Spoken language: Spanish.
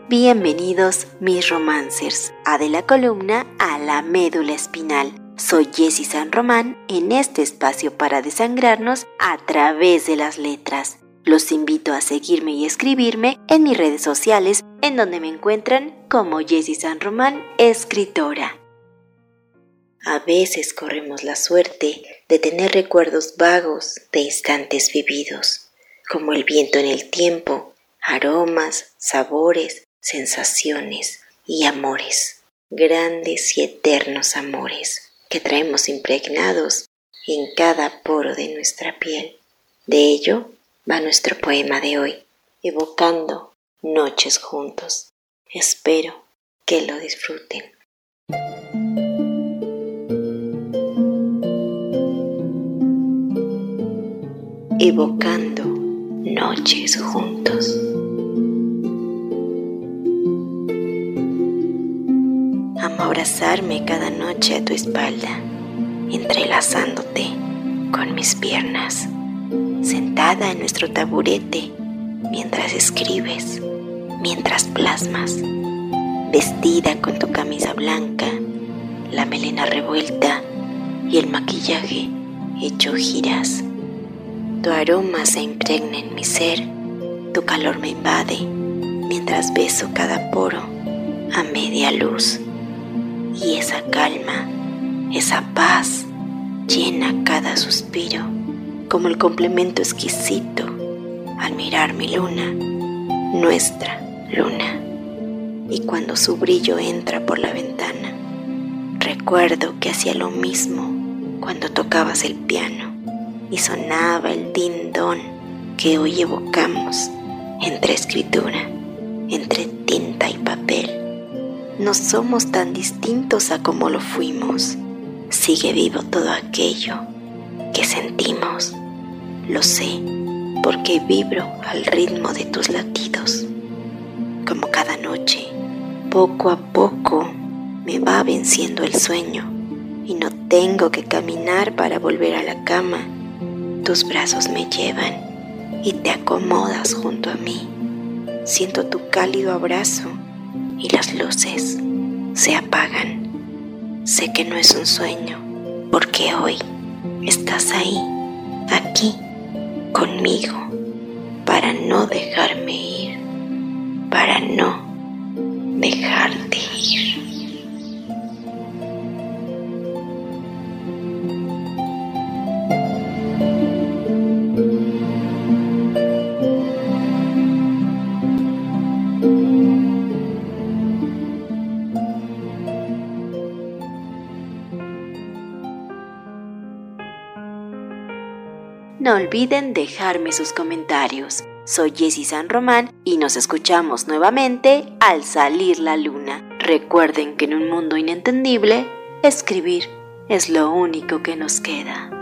Bienvenidos mis romancers a de la columna a la médula espinal. Soy Jessie San Román en este espacio para desangrarnos a través de las letras. Los invito a seguirme y escribirme en mis redes sociales, en donde me encuentran como Jessie San Román, escritora. A veces corremos la suerte de tener recuerdos vagos de instantes vividos, como el viento en el tiempo, aromas, sabores, sensaciones y amores, grandes y eternos amores que traemos impregnados en cada poro de nuestra piel. De ello va nuestro poema de hoy, evocando noches juntos. Espero que lo disfruten. Evocando noches juntos. Amo abrazarme cada noche a tu espalda, entrelazándote con mis piernas, sentada en nuestro taburete, mientras escribes, mientras plasmas, vestida con tu camisa blanca, la melena revuelta y el maquillaje hecho giras. Tu aroma se impregna en mi ser, tu calor me invade, mientras beso cada poro a media luz. Y esa calma, esa paz, llena cada suspiro, como el complemento exquisito al mirar mi luna, nuestra luna. Y cuando su brillo entra por la ventana, recuerdo que hacía lo mismo cuando tocabas el piano y sonaba el din-don que hoy evocamos entre escritura, entre tinta y papel. No somos tan distintos a como lo fuimos. Sigue vivo todo aquello que sentimos. Lo sé, porque vibro al ritmo de tus latidos. Como cada noche, poco a poco me va venciendo el sueño y no tengo que caminar para volver a la cama. Tus brazos me llevan y te acomodas junto a mí. Siento tu cálido abrazo y las luces se apagan. Sé que no es un sueño, porque hoy estás ahí, aquí, conmigo, para no dejarme ir, para no dejarte ir. No olviden dejarme sus comentarios. Soy Jessie San Román y nos escuchamos nuevamente al salir la luna. Recuerden que en un mundo inentendible, escribir es lo único que nos queda.